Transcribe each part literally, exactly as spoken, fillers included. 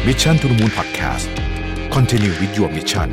Mission to the Moon Podcast Continue with your mission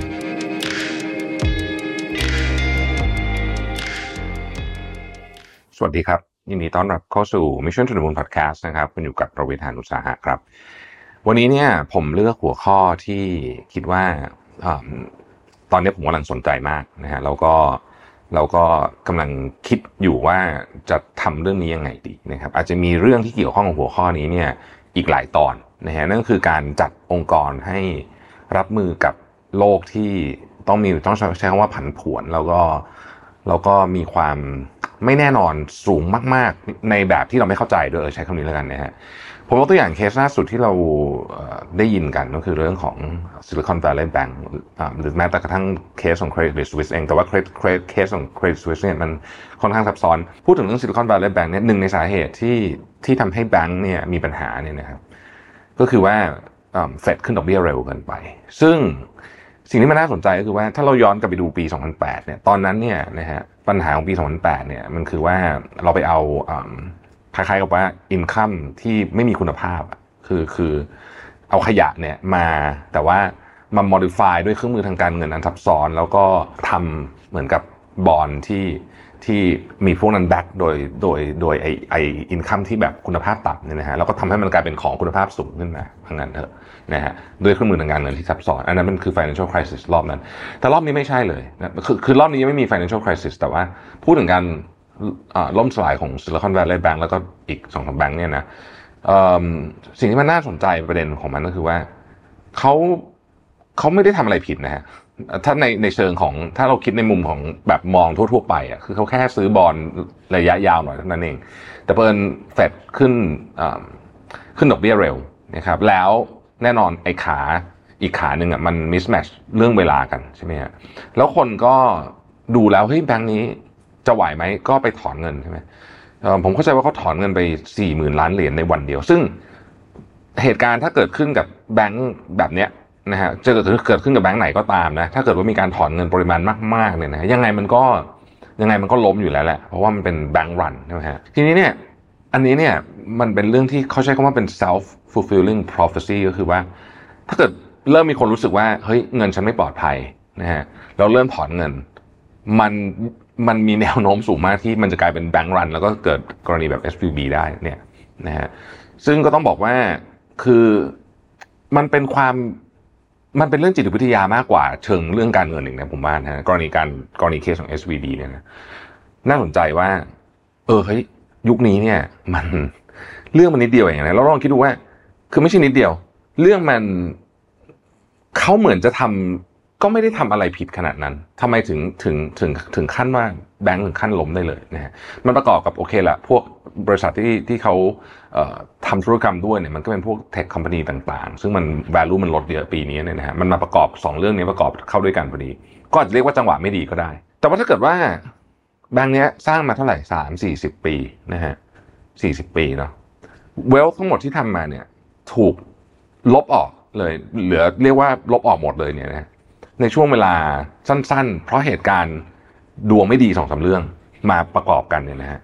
สวัสดีครับยินดีต้อนรับเข้าสู่ Mission to the Moon Podcast นะครับคุณอยู่กับประวิทย์ หาญอุตสาหะครับวันนี้เนี่ยผมเลือกหัวข้อที่คิดว่าตอนนี้ผมกำลังสนใจมากนะฮะแล้วก็เราก็กำลังคิดอยู่ว่าจะทำเรื่องนี้ยังไงดีนะครับอาจจะมีเรื่องที่เกี่ยวข้องกับหัวข้อนี้เนี่ยอีกหลายตอนนะฮะนั่นคือการจัดองค์กรให้รับมือกับโลกที่ต้องมีต้องใช้คำว่าผันผวนแล้วก็แล้วก็มีความไม่แน่นอนสูงมากๆในแบบที่เราไม่เข้าใจด้วยใช้คำนี้แล้วกันนะฮะผมยกตัวอย่างเคสล่าสุดที่เราได้ยินกันก็คือเรื่องของ Silicon Valley Bank หรือแม้แต่กระทั่งเคสของ Credit Suisse เองแต่ว่าเคสของ Credit Suisse เนี่ยมันค่อนข้างซับซ้อนพูดถึงเรื่อง Silicon Valley Bank เนี่ยหนึ่งในสาเหตุที่ที่ทำให้แบงก์เนี่ยมีปัญหาเนี่ยนะครับก็คือว่าเฟดขึ้นดอกเบี้ยเร็วเกินไปซึ่งสิ่งที่มันน่าสนใจก็คือว่าถ้าเราย้อนกลับไปดูปีสองพันแปดเนี่ยตอนนั้นเนี่ยนะฮะปัญหาของปีสองพันแปดเนี่ยมันคือว่าเราไปเอาคล้ายๆกับว่าอินคัมที่ไม่มีคุณภาพคือคือเอาขยะเนี่ยมาแต่ว่ามา modify ด้วยเครื่องมือทางการเงินอันซับซ้อนแล้วก็ทำเหมือนกับบอนด์ที่ที่มีพวกนั้นแบ็กโดยโดยโดยไอไออินคัมที่แบบคุณภาพต่ำเนี่ยนะฮะแล้วก็ทำให้มันกลายเป็นของคุณภาพสูงขึ้นมาทั้งนั้นเถอะนะฮะด้วยเครื่องมือทางการเงินที่ซับซ้อนอันนั้นมันคือ financial crisis รอบนั้นแต่รอบนี้ไม่ใช่เลยนะคือคือรอบนี้ยังไม่มี financial crisis แต่ว่าพูดถึงการล่มสลายของ Silicon Valley Bank แล้วก็อีก สองสาม แบงค์เนี่ยนะสิ่งที่มันน่าสนใจประเด็นของมันก็คือว่าเขาเขาไม่ได้ทำอะไรผิดนะฮะถ้าในในเชิงของถ้าเราคิดในมุมของแบบมองทั่วๆไปอ่ะคือเขาแค่ซื้อบอนด์ระยะยาวหน่อยเท่านั้นเองแต่เพิ่นเฟดขึ้นขึ้นดอกเบี้ยเร็วนะครับแล้วแน่นอนไอ้ขาอีกขาหนึ่งอ่ะมันมิสแมทช์เรื่องเวลากันใช่ไหมฮะแล้วคนก็ดูแล้วเฮ้ยแบงค์นี้จะไหวไหมก็ไปถอนเงินใช่ไหมผมเข้าใจว่าเขาถอนเงินไป สี่หมื่น ล้านเหรียญในวันเดียวซึ่งเหตุการณ์ถ้าเกิดขึ้นกับแบงค์แบบเนี้ยนะฮะจะเกิดเกิดขึ้นกับแบงค์ไหนก็ตามนะถ้าเกิดว่ามีการถอนเงินปริมาณมากๆเนี่ยนะยังไงมันก็ยังไงมันก็ล้มอยู่แล้วแหละเพราะว่ามันเป็นแบงค์รันใช่ไหมฮะทีนี้เนี่ยอันนี้เนี่ยมันเป็นเรื่องที่เขาใช้คำว่าเป็น self fulfilling prophecy ก็คือว่าถ้าเกิดเริ่มมีคนรู้สึกว่าเฮ้ยเงินฉันไม่ปลอดภัยนะฮะเราเริ่มถอนเงินมันมันมีแนวโน้มสูงมากที่มันจะกลายเป็นแบงค์รันแล้วก็เกิดกรณีแบบ เอส วี บี ได้เนี่ยนะฮะซึ่งก็ต้องบอกว่าคือมันเป็นความมันเป็นเรื่องจิตวิทยามากกว่าเชิงเรื่องการเงินอีกนะผมว่านะกรณีการกรณีเคสของ เอส วี บี เนี่ยนะน่าสนใจว่าเออเฮ้ยยุคนี้เนี่ยมันเรื่องมันนิดเดียวเองนะเราลองคิดดูว่าคือไม่ใช่นิดเดียวเรื่องมันเขาเหมือนจะทำก็ไม่ได้ทำอะไรผิดขนาดนั้นทำไมถึงถึงถึงถึงขั้นว่าแบงค์ถึงขั้นล้มได้เลยนะฮะมันประกอบกับโอเคละพวกบริษัทที่ที่เขาเอ่อทำธุรกรรมด้วยเนี่ยมันก็เป็นพวกเทคคอมพานีต่างๆซึ่งมัน value มันลดเยอะปีนี้เนี่ยนะฮะมันมาประกอบสองเรื่องนี้ประกอบเข้าด้วยกันพอดีก็อาจจะเรียกว่าจังหวะไม่ดีก็ได้แต่ว่าถ้าเกิดว่าแบงค์เนี้ยสร้างมาเท่าไหร่ สามสี่สิบ ปีนะฮะสี่สิบปีเนาะเวลทั้งหมดที่ทำมาเนี่ยถูกลบออกเลยเหลือเรียกว่าลบออกหมดเลยเนี่ยนะในช่วงเวลาสั้นๆเพราะเหตุการณ์ดวงไม่ดี สองสาม เรื่องมาประกอบกันเนี่ยนะฮะ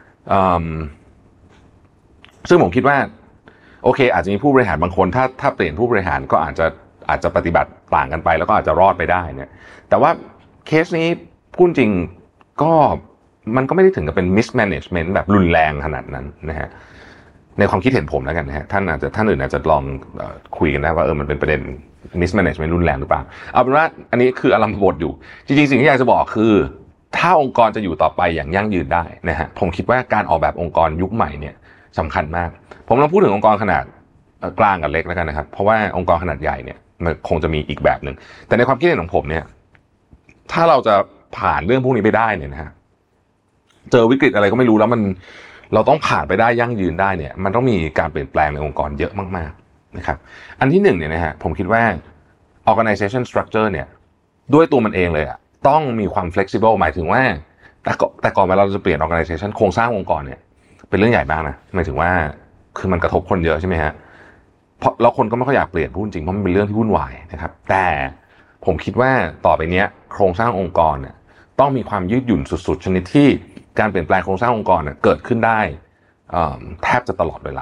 ซึ่งผมคิดว่าโอเคอาจจะมีผู้บริหารบางคนถ้าถ้าเปลี่ยนผู้บริหารก็อาจจะอาจจะปฏิบัติต่างกันไปแล้วก็อาจจะรอดไปได้เนี่ยแต่ว่าเคสนี้พูดจริงก็มันก็ไม่ได้ถึงกับเป็น mismanagement แบบรุนแรงขนาดนั้นนะฮะในความคิดเห็นผมแล้วกันนะฮะท่านอาจจะท่านอื่นอาจจะลองคุยกันได้ว่าเออมันเป็นประเด็น mismanagement รุนแรงหรือเปล่าเอาเป็นว่าอันนี้คืออารมณ์บทอยู่จริงๆสิ่งที่อยากจะบอกคือถ้าองค์กรจะอยู่ต่อไปอย่างยั่งยืนได้นะฮะผมคิดว่าการออกแบบองค์กรยุคใหม่เนี่ยสำคัญมากผมต้องพูดถึงองค์กรขนาดกลางกับเล็กแล้วกันนะครับเพราะว่าองค์กรขนาดใหญ่เนี่ยมันคงจะมีอีกแบบนึงแต่ในความคิดเห็นของผมเนี่ยถ้าเราจะผ่านเรื่องพวกนี้ไปได้เนี่ยนะฮะเจอวิกฤตอะไรก็ไม่รู้แล้วมันเราต้องผ่านไปได้ยั่งยืนได้เนี่ยมันต้องมีการเปลี่ยนแปลงในองค์กรเยอะมากๆนะครับอันที่หนึ่งเนี่ยนะฮะผมคิดว่า organization structure เนี่ยด้วยตัวมันเองเลยอ่ะต้องมีความ flexible หมายถึงว่าแต่แต่ก่อนเวลาเราจะเปลี่ยน organization โครงสร้างองค์กรเนี่ยเป็นเรื่องใหญ่มากนะหมายถึงว่าคือมันกระทบคนเยอะใช่ไหมฮะเพราะแล้วคนก็ไม่ค่อยอยากเปลี่ยนพูดจริงเพราะมันเป็นเรื่องที่วุ่นวายนะครับแต่ผมคิดว่าต่อไปนี้โครงสร้างองค์กรเนี่ยต้องมีความยืดหยุ่นสุดๆชนิดที่การเปลี่ยนแปลงโครงสร้างองค์กรเนี่ยเกิดขึ้นได้แทบจะตลอดเวลา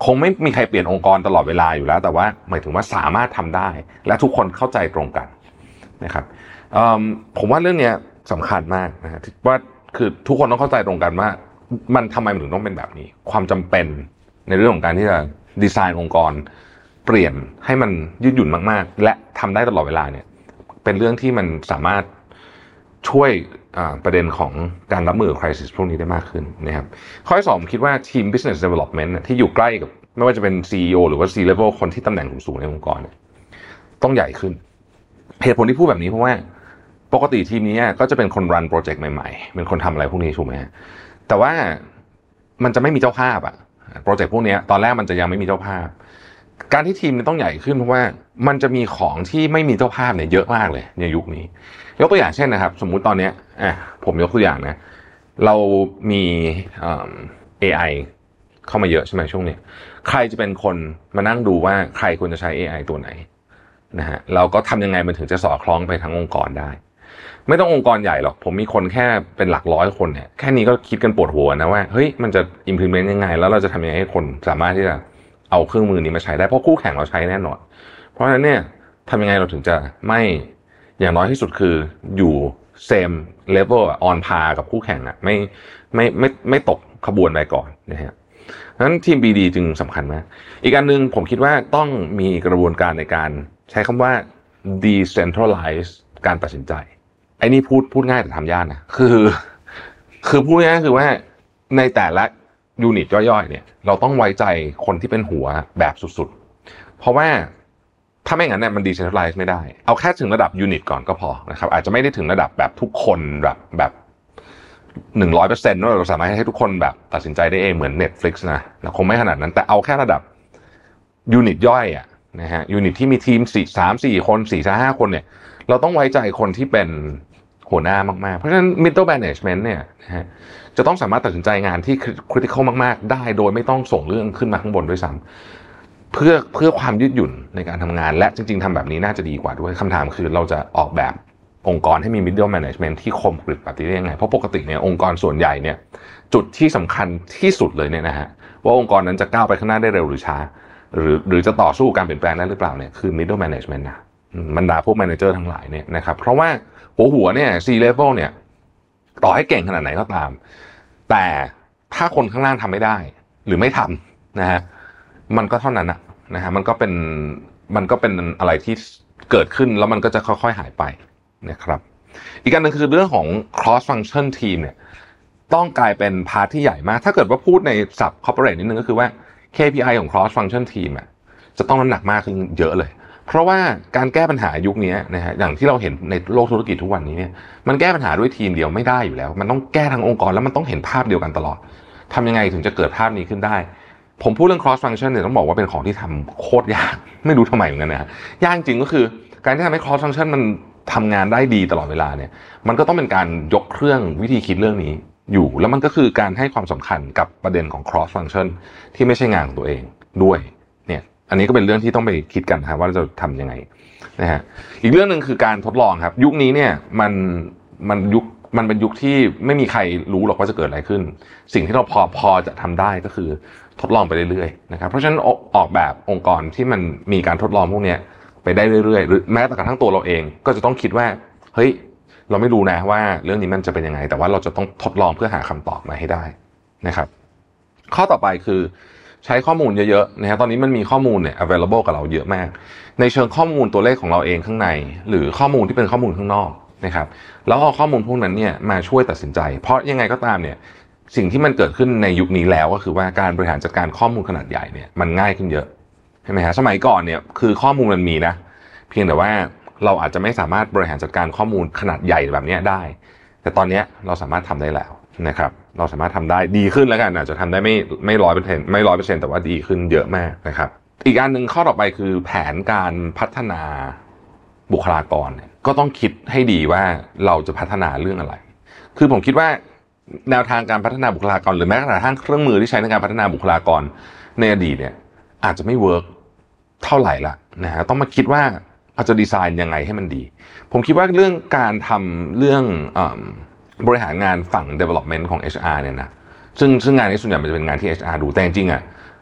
คงไม่มีใครเปลี่ยนองค์กรตลอดเวลาอยู่แล้วแต่ว่าหมายถึงว่าสามารถทำได้และทุกคนเข้าใจตรงกันนะครับผมว่าเรื่องนี้สำคัญมากนะว่าคือทุกคนต้องเข้าใจตรงกันว่ามันทำไมมันถึงต้องเป็นแบบนี้ความจำเป็นในเรื่องของการที่จะดีไซน์องค์กรเปลี่ยนให้มันยืดหยุ่นมากๆและทำได้ตลอดเวลาเนี่ยเป็นเรื่องที่มันสามารถช่วยประเด็นของการรับมือกับ crisis พวกนี้ได้มากขึ้นนะครับข้อที่สองผมคิดว่าทีม business development ที่อยู่ใกล้กับไม่ว่าจะเป็น ซี อี โอ หรือว่า C level คนที่ตำแหน่งสูงๆในองค์กรเนี่ยต้องใหญ่ขึ้นเหตุผลที่พูดแบบนี้เพราะว่าปกติทีมนี้ก็จะเป็นคนรันโปรเจกต์ใหม่ๆเป็นคนทำอะไรพวกนี้ถูกไหมแต่ว่ามันจะไม่มีเจ้าภาพอะโปรเจกต์พวกนี้ตอนแรกมันจะยังไม่มีเจ้าภาพการที่ทีมต้องใหญ่ขึ้นเพราะว่ามันจะมีของที่ไม่มีเจ้าภาพเนี่ยเยอะมากเลยในยุคนี้ยกตัวอย่างเช่นนะครับสมมุติตอนนี้อ่ะผมยกตัวอย่างนะเรามีเอ่อ เอ ไอ เข้ามาเยอะใช่ไหมช่วงนี้ใครจะเป็นคนมานั่งดูว่าใครควรจะใช้ เอ ไอ ตัวไหนนะฮะเราก็ทำยังไงมันถึงจะสอดคล้องไปทั้งองค์กรได้ไม่ต้ององค์กรใหญ่หรอกผมมีคนแค่เป็นหลักร้อยคนเนี่ยแค่นี้ก็คิดกันปวดหัวนะว่าเฮ้ยมันจะ implement ยังไงแล้วเราจะทำยังไงให้คนสามารถที่จะเอาเครื่องมือนี้มาใช้ได้เพราะคู่แข่งเราใช้แน่นอนเพราะฉะนั้นเนี่ยทำยังไงเราถึงจะไม่อย่างน้อยที่สุดคืออยู่ same level on par กับคู่แข่งอ่ะไม่ไม่ไม่ไม่ตกขบวนไปก่อนนะฮะนั้นทีม บี ดี จึงสำคัญมากอีกอันนึงผมคิดว่าต้องมีกระบวนการในการใช้คำว่า decentralize การตัดสินใจไอ้นี่พูดพูดง่ายแต่ทำยากนะคือคือพูดง่ายคือว่าในแต่ละยูนิตย่อยๆเนี่ยเราต้องไว้ใจคนที่เป็นหัวแบบสุดๆเพราะว่าถ้าไม่งั้นเนี่ยมัน decentralize ไม่ได้เอาแค่ถึงระดับยูนิตก่อนก็พอนะครับอาจจะไม่ได้ถึงระดับแบบทุกคนแบบแบบหนึ่งร้อยเปอร์เซ็นต์ว่าเราสามารถให้ทุกคนแบบตัดสินใจได้เองเหมือน Netflix นะคงไม่ขนาดนั้นแต่เอาแค่ระดับยูนิตย่อยอ่ะนะฮะยูนิตที่มีทีมสี่สามสี่คนสี่ห้าคนเนี่ยเราต้องไว้ใจคนที่เป็นหัวหน้ามากๆเพราะฉะนั้น middle management เนี่ยนะฮะจะต้องสามารถตัดสินใจงานที่ critical มากๆได้โดยไม่ต้องส่งเรื่องขึ้นมาข้างบนด้วยซ้ำเพื่อเพื่อความยืดหยุ่นในการทำงานและจริงๆทำแบบนี้น่าจะดีกว่าด้วยคำถามคือเราจะออกแบบองค์กรให้มี middle management ที่คมกริบแบบนี้ได้ยังไงเพราะปกติเนี่ยองค์กรส่วนใหญ่เนี่ยจุดที่สำคัญที่สุดเลยเนี่ยนะฮะว่าองค์กรนั้นจะก้าวไปข้างหน้าได้เร็วหรือช้าหรือหรือจะต่อสู้การเปลี่ยนแปลงได้หรือเปล่าเนี่ยคือ middle management นะบรรดาพวก manager ทั้งหลายเนี่ยนะครับเพราะว่าหัวหัวเนี่ย C level เนี่ยต่อให้เก่งขนาดไหนก็ตามแต่ถ้าคนข้างล่างทำไม่ได้หรือไม่ทำนะฮะมันก็เท่านั้นนะนะฮะมันก็เป็นมันก็เป็นอะไรที่เกิดขึ้นแล้วมันก็จะค่อยๆหายไปนะครับอีกอันนึงคือเรื่องของ cross function team เนี่ยต้องกลายเป็นพาร์ทที่ใหญ่มากถ้าเกิดว่าพูดในศัพท์ corporate นิดนึงก็คือว่า เค พี ไอ ของ cross function team อ่ะจะต้องน้ำหนักมากขึ้นเยอะเลยเพราะว่าการแก้ปัญหายุคนี้นะฮะอย่างที่เราเห็นในโลกธุรกิจทุกวันนี้เนี่ยมันแก้ปัญหาด้วยทีมเดียวไม่ได้อยู่แล้วมันต้องแก้ทั้งองค์กรแล้วมันต้องเห็นภาพเดียวกันตลอดทำยังไงถึงจะเกิดภาพนี้ขึ้นได้ผมพูดเรื่อง cross function เนี่ยต้องบอกว่าเป็นของที่ทำโคตรยากไม่รู้ทำไมเหมือนกันนะฮะยากจริงก็คือการที่ทำให้ cross function มันทำงานได้ดีตลอดเวลาเนี่ยมันก็ต้องเป็นการยกเครื่องวิธีคิดเรื่องนี้อยู่แล้วมันก็คือการให้ความสำคัญกับประเด็นของ cross function ที่ไม่ใช่งานของตัวเองด้วยเนี่ยอันนี้ก็เป็นเรื่องที่ต้องไปคิดกันนะว่าเราจะทำยังไงนะฮะอีกเรื่องนึงคือการทดลองครับยุคนี้เนี่ยมันมันยุคมันเป็นยุคที่ไม่มีใครรู้หรอกว่าจะเกิดอะไรขึ้นสิ่งที่เราพอพอจะทำได้ก็คือทดลองไปเรื่อยๆนะครับเพราะฉะนั้นออกแบบองค์กรที่มันมีการทดลองพวกนี้ไปได้เรื่อยๆหรือแม้แต่กระทั่งตัวเราเองก็จะต้องคิดว่าเฮ้ยเราไม่รู้นะว่าเรื่องนี้มันจะเป็นยังไงแต่ว่าเราจะต้องทดลองเพื่อหาคำตอบมาให้ได้นะครับข้อต่อไปคือใช้ข้อมูลเยอะๆนะฮะตอนนี้มันมีข้อมูลเนี่ย available กับเราเยอะมากในเชิงข้อมูลตัวเลขของเราเองข้างในหรือข้อมูลที่เป็นข้อมูลข้างนอกนะครับแล้วเอาข้อมูลพวกนั้นเนี่ยมาช่วยตัดสินใจเพราะยังไงก็ตามเนี่ยสิ่งที่มันเกิดขึ้นในยุคนี้แล้วก็คือว่าการบริหารจัดการข้อมูลขนาดใหญ่เนี่ยมันง่ายขึ้นเยอะใช่ไหมฮะสมัยก่อนเนี่ยคือข้อมูลมันมีนะเพียงแต่ว่าเราอาจจะไม่สามารถบริหารจัดการข้อมูลขนาดใหญ่แบบนี้ได้แต่ตอนนี้เราสามารถทำได้แล้วนะครับเราสามารถทำได้ดีขึ้นแล้วกันอาจจะทำได้ไม่ไม่ร้อยเปอร์เซ็นต์ไม่ร้อยเปอร์เซ็นต์แต่ว่าดีขึ้นเยอะมากนะครับอีกอันหนึ่งข้อต่อไปคือแผนการพัฒนาบุคลากรก็ต้องคิดให้ดีว่าเราจะพัฒนาเรื่องอะไรคือผมคิดว่าแนวทางการพัฒนาบุคลากรหรือแม้กระทั่งเครื่องมือที่ใช้ในการพัฒนาบุคลากรในอดีตเนี่ยอาจจะไม่เวิร์กเท่าไหร่ละนะฮะต้องมาคิดว่าเราจะดีไซน์ยังไงให้มันดีผมคิดว่าเรื่องการทำเรื่องบริหารงานฝั่ง development ของ เอช อาร์ เนี่ยนะซึ่งซึ่งงานนี้ส่วนใหญ่มันจะเป็นงานที่ เอช อาร์ ดูแต่จริงๆอ่ะ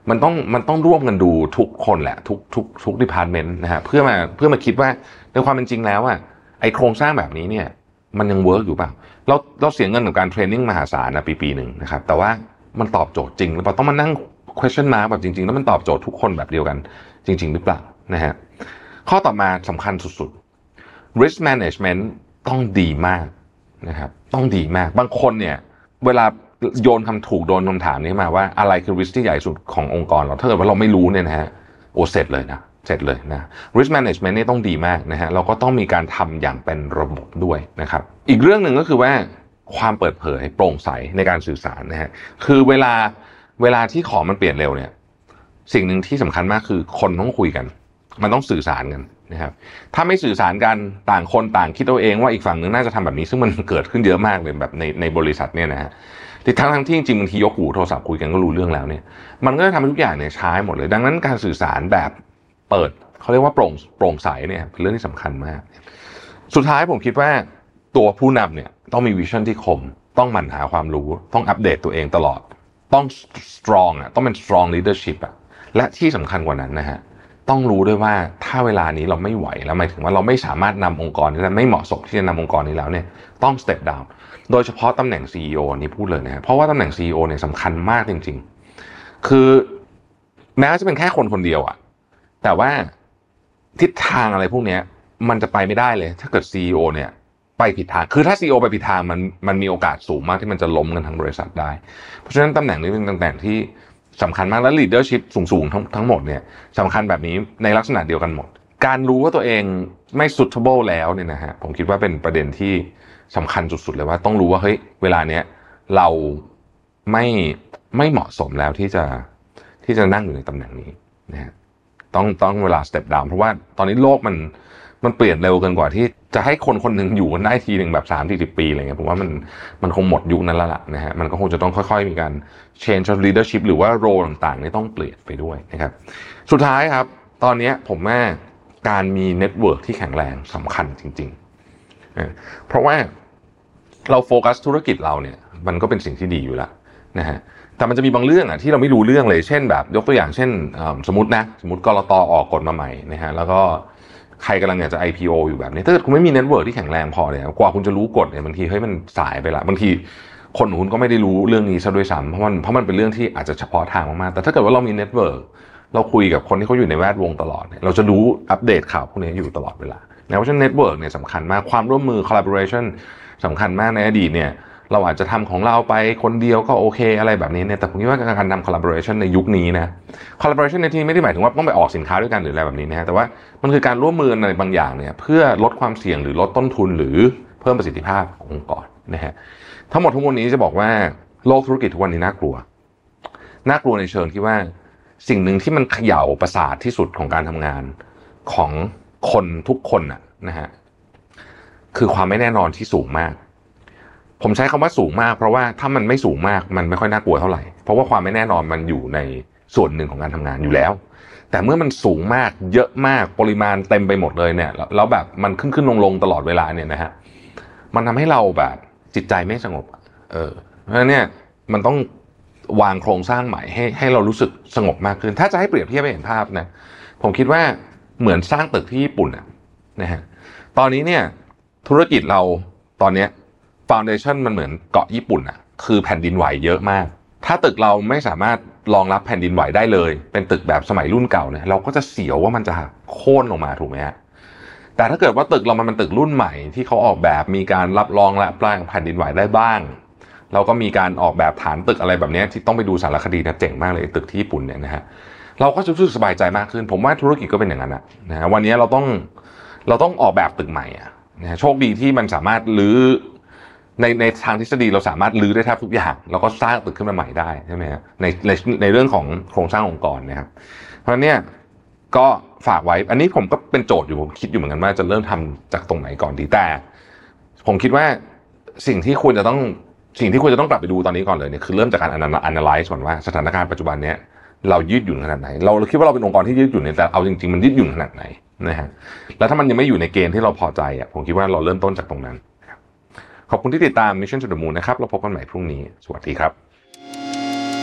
มันต้องมันต้องร่วมกันดูทุกคนแหละทุกทุกทุกดีพาร์ตเมนต์นะฮะเพื่อมาเพื่อมาคิดว่าในความเป็นจริงแล้วอ่ะไอโครงสร้างแบบนี้เนี่ยมันยังเวิร์กอยู่เปล่าเราเราเสียเงินกับการเทรนนิ่งมหาศาลนะปีปีหนึ่งนะครับแต่ว่ามันตอบโจทย์จริงหรือเปล่าต้องมานั่ง question mark แบบจริงๆแล้วมันตอบโจทย์ทุกคนแบบเดียวกันจริงๆหรือเปล่านะฮะข้อต่อมาสำคัญสุดๆ risk management ต้องดีมากนะครับต้องดีมากบางคนเนี่ยเวลาโยนคำถูกโดนคำถามนี้มาว่าอะไรคือ risk ที่ใหญ่สุดขององค์กรเราถ้าเกิดว่าเราไม่รู้เนี่ยนะฮะโอ้เสร็จเลยนะเสร็จเลยนะ risk management นี่ต้องดีมากนะฮะเราก็ต้องมีการทำอย่างเป็นระบบด้วยนะครับอีกเรื่องหนึ่งก็คือว่าความเปิดเผยโปร่งใสในการสื่อสารนะฮะคือเวลาเวลาที่ของมันเปลี่ยนเร็วเนี่ยสิ่งหนึ่งที่สำคัญมากคือคนต้องคุยกันมันต้องสื่อสารกันนะครับถ้าไม่สื่อสารกันต่างคนต่างคิดเอาเองว่าอีกฝั่งนึงน่าจะทำแบบนี้ซึ่งมันเกิดขึ้นเยอะมากเลยแบบในในบริษัทเนี่ยนะฮะทั้งทั้งที่จริงๆบางทียกหูโทรศัพท์คุยกันก็รู้เรื่องแล้วเนี่ยมันก็จะทำให้ทุกอย่างเนี่ยช้าหมดเลยดังนั้นการสื่อสารแบบเปิดเขาเรียกว่าโปร่งโปร่งใสเนี่ยเป็นเรื่องที่สำคัญมากสุดท้ายผมคิดว่าตัวผู้นำเนี่ยต้องมีวิชั่นที่คมต้องหมั่นหาความรู้ต้องอัปเดตตัวเองตลอดต้อง strong อ่ะต้องเป็น strong leadership อ่ะและที่สำคัญกว่านั้นนะฮะต้องรู้ด้วยว่าถ้าเวลานี้เราไม่ไหวแล้วหมายถึงว่าเราไม่สามารถนำองค์กรนี้และไม่เหมาะสมที่จะนำองค์กรนี้แล้วเนี่ยต้อง step down โดยเฉพาะตำแหน่ง ซี อี โอ นี่พูดเลยนะฮะเพราะว่าตำแหน่ง ซี อี โอ เนี่ยสำคัญมากจริงๆคือแม้ว่าจะเป็นแค่คนคนเดียวอ่ะแต่ว่าทิศทางอะไรพวกนี้มันจะไปไม่ได้เลยถ้าเกิด ซี อี โอ เนี่ยไปผิดทางคือถ้า ซี อี โอ ไปผิดทางมันมันมีโอกาสสูงมากที่มันจะล้มกันทั้งบริษัทได้เพราะฉะนั้นตำแหน่งนี้เป็นตำแหน่งที่สำคัญมากและ leadership สูงๆทั้งทั้งหมดเนี่ยสำคัญแบบนี้ในลักษณะเดียวกันหมดการรู้ว่าตัวเองไม่ suitable แล้วเนี่ยนะฮะผมคิดว่าเป็นประเด็นที่สำคัญสุดๆเลยว่าต้องรู้ว่าเฮ้ยเวลาเนี้ยเราไม่ไม่เหมาะสมแล้วที่จะที่จะนั่งอยู่ในตำแหน่งนี้นะฮะต้องต้องเวลา step down เพราะว่าตอนนี้โลกมันมันเปลี่ยนเร็วเกินกว่าที่จะให้คนคนหนึ่งอยู่กันได้ทีหนึ่งแบบสามสี่สิบปีอะไรเงี้ยผมว่ามันมันคงหมดยุคนั้นแล้วล่ะนะฮะมันก็คงจะต้องค่อยๆมีการ change of leadership หรือว่า role ต่างๆนี่ต้องเปลี่ยนไปด้วยนะครับสุดท้ายครับตอนนี้ผมว่าการมี network ที่แข็งแรงสำคัญจริงๆเพราะว่าเราโฟกัสธุรกิจเราเนี่ยมันก็เป็นสิ่งที่ดีอยู่แล้วนะฮะแต่มันจะมีบางเรื่องอ่ะที่เราไม่รู้เรื่องเลยเช่นแบบยกตัวอย่างเช่นสมมตินะสมมติกลต.ออกกฎมาใหม่นะฮะแล้วก็ใครกำลังอยากจะ ไอ พี โอ อยู่แบบนี้ถ้าเกิดคุณไม่มีเน็ตเวิร์กที่แข็งแรงพอเนี่ยกว่าคุณจะรู้กฎเนี่ยบางทีเฮ้ยมันสายไปละบางทีคนของคุณก็ไม่ได้รู้เรื่องนี้ซะด้วยซ้ำเพราะมันเพราะมันเป็นเรื่องที่อาจจะเฉพาะทางมากๆแต่ถ้าเกิดว่าเรามีเน็ตเวิร์กเราคุยกับคนที่เขาอยู่ในแวดวงตลอดเนี่ยเราจะรู้อัปเดตข่าวพวกนี้อยู่ตลอดเวลาเพราะฉะนั้นเน็ตเวิร์กเนี่ยสำคัญมากความร่วมมือ collaboration สำคัญมากในอดีตเนี่ยเราอาจจะทำของเราไปคนเดียวก็โอเคอะไรแบบนี้เนี่ยแต่ผมคิดว่าการทำ collaboration ในยุคนี้นะ collaboration ในที่ไม่ได้หมายถึงว่าต้องไปออกสินค้าด้วยกันหรืออะไรแบบนี้นะฮะแต่ว่ามันคือการร่วมมือในบางอย่างเนี่ยเพื่อลดความเสี่ยงหรือลดต้นทุนหรือเพิ่มประสิทธิภาพขององค์กรนะฮะทั้งหมดทั้งมวลนี้จะบอกว่าโลกธุรกิจทุกวันนี้น่ากลัวน่ากลัวในเชิงที่ว่าสิ่งหนึ่งที่มันเขย่าประสาทที่สุดของการทำงานของคนทุกคนน่ะนะฮะคือความไม่แน่นอนที่สูงมากผมใช้คำว่าสูงมากเพราะว่าถ้ามันไม่สูงมากมันไม่ค่อยน่ากลัวเท่าไหร่เพราะว่าความไม่แน่นอนมันอยู่ในส่วนหนึ่งของการทำงานอยู่แล้วแต่เมื่อมันสูงมากเยอะมากปริมาณเต็มไปหมดเลยเนี่ยแล้วแบบมันขึ้นขึ้นลงลงตลอดเวลาเนี่ยนะฮะมันทำให้เราแบบจิตใจไม่สงบเออเพราะฉะนั้นเนี่ยมันต้องวางโครงสร้างใหม่ให้ให้เรารู้สึกสงบมากขึ้นถ้าจะให้เปรียบเทียบให้เห็นภาพนะผมคิดว่าเหมือนสร้างตึกที่ญี่ปุ่นนะฮะตอนนี้เนี่ยธุรกิจเราตอนนี้Foundation มันเหมือนเกาะญี่ปุ่นอ่ะคือแผ่นดินไหวเยอะมากถ้าตึกเราไม่สามารถรองรับแผ่นดินไหวได้เลยเป็นตึกแบบสมัยรุ่นเก่าเนี่ยเราก็จะเสียวว่ามันจะโค่นลงมาถูกไหมฮะแต่ถ้าเกิดว่าตึกเรามันเป็นตึกรุ่นใหม่ที่เขาออกแบบมีการรับรองและปรางแผ่นดินไหวได้บ้างเราก็มีการออกแบบฐานตึกอะไรแบบนี้ที่ต้องไปดูสารคดีนะเจ๋งมากเลยตึกที่ญี่ปุ่นเนี่ยนะฮะเราก็จะรู้สึกสบายใจมากขึ้นผมว่าธุรกิจก็เป็นอย่างนั้นนะฮะวันนี้เราต้องเราต้องออกแบบตึกใหม่อ่ะนะโชคดีที่มันสามารถรื้อในในทางทฤษฎีเราสามารถรื้อได้แทบทุกอย่างแล้วก็สร้างตึกขึ้นมาใหม่ได้ใช่ไหมฮะในในในเรื่องของโครงสร้างองค์กรนะครับเพราะฉะนั้นเนี่ยก็ฝากไว้อันนี้ผมก็เป็นโจทย์อยู่ผมคิดอยู่เหมือนกันว่าจะเริ่มทำจากตรงไหนก่อนดีแต่ผมคิดว่าสิ่งที่ควรจะต้องสิ่งที่ควรจะต้องกลับไปดูตอนนี้ก่อนเลยเนี่ยคือเริ่มจากการ analyze ก่อนว่าสถานการณ์ปัจจุบันเนี้ยเรายืดหยุ่นขนาดไหนเราคิดว่าเราเป็นองค์กรที่ยืดหยุ่นเนี่ยแต่เอาจริงๆมันยืดหยุ่นขนาดไหนนะฮะแล้วถ้ามันยังไม่อยู่ในเกณฑ์ที่เราพอใจอ่ะผมคิดว่าเราเริ่มต้นจากตรงนั้นขอบคุณที่ติดตาม Mission to the Moon นะครับเราพบกันใหม่พรุ่งนี้สวัสดีครับ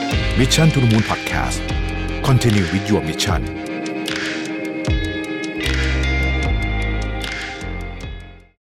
Mission to the Moon Podcast Continue with your mission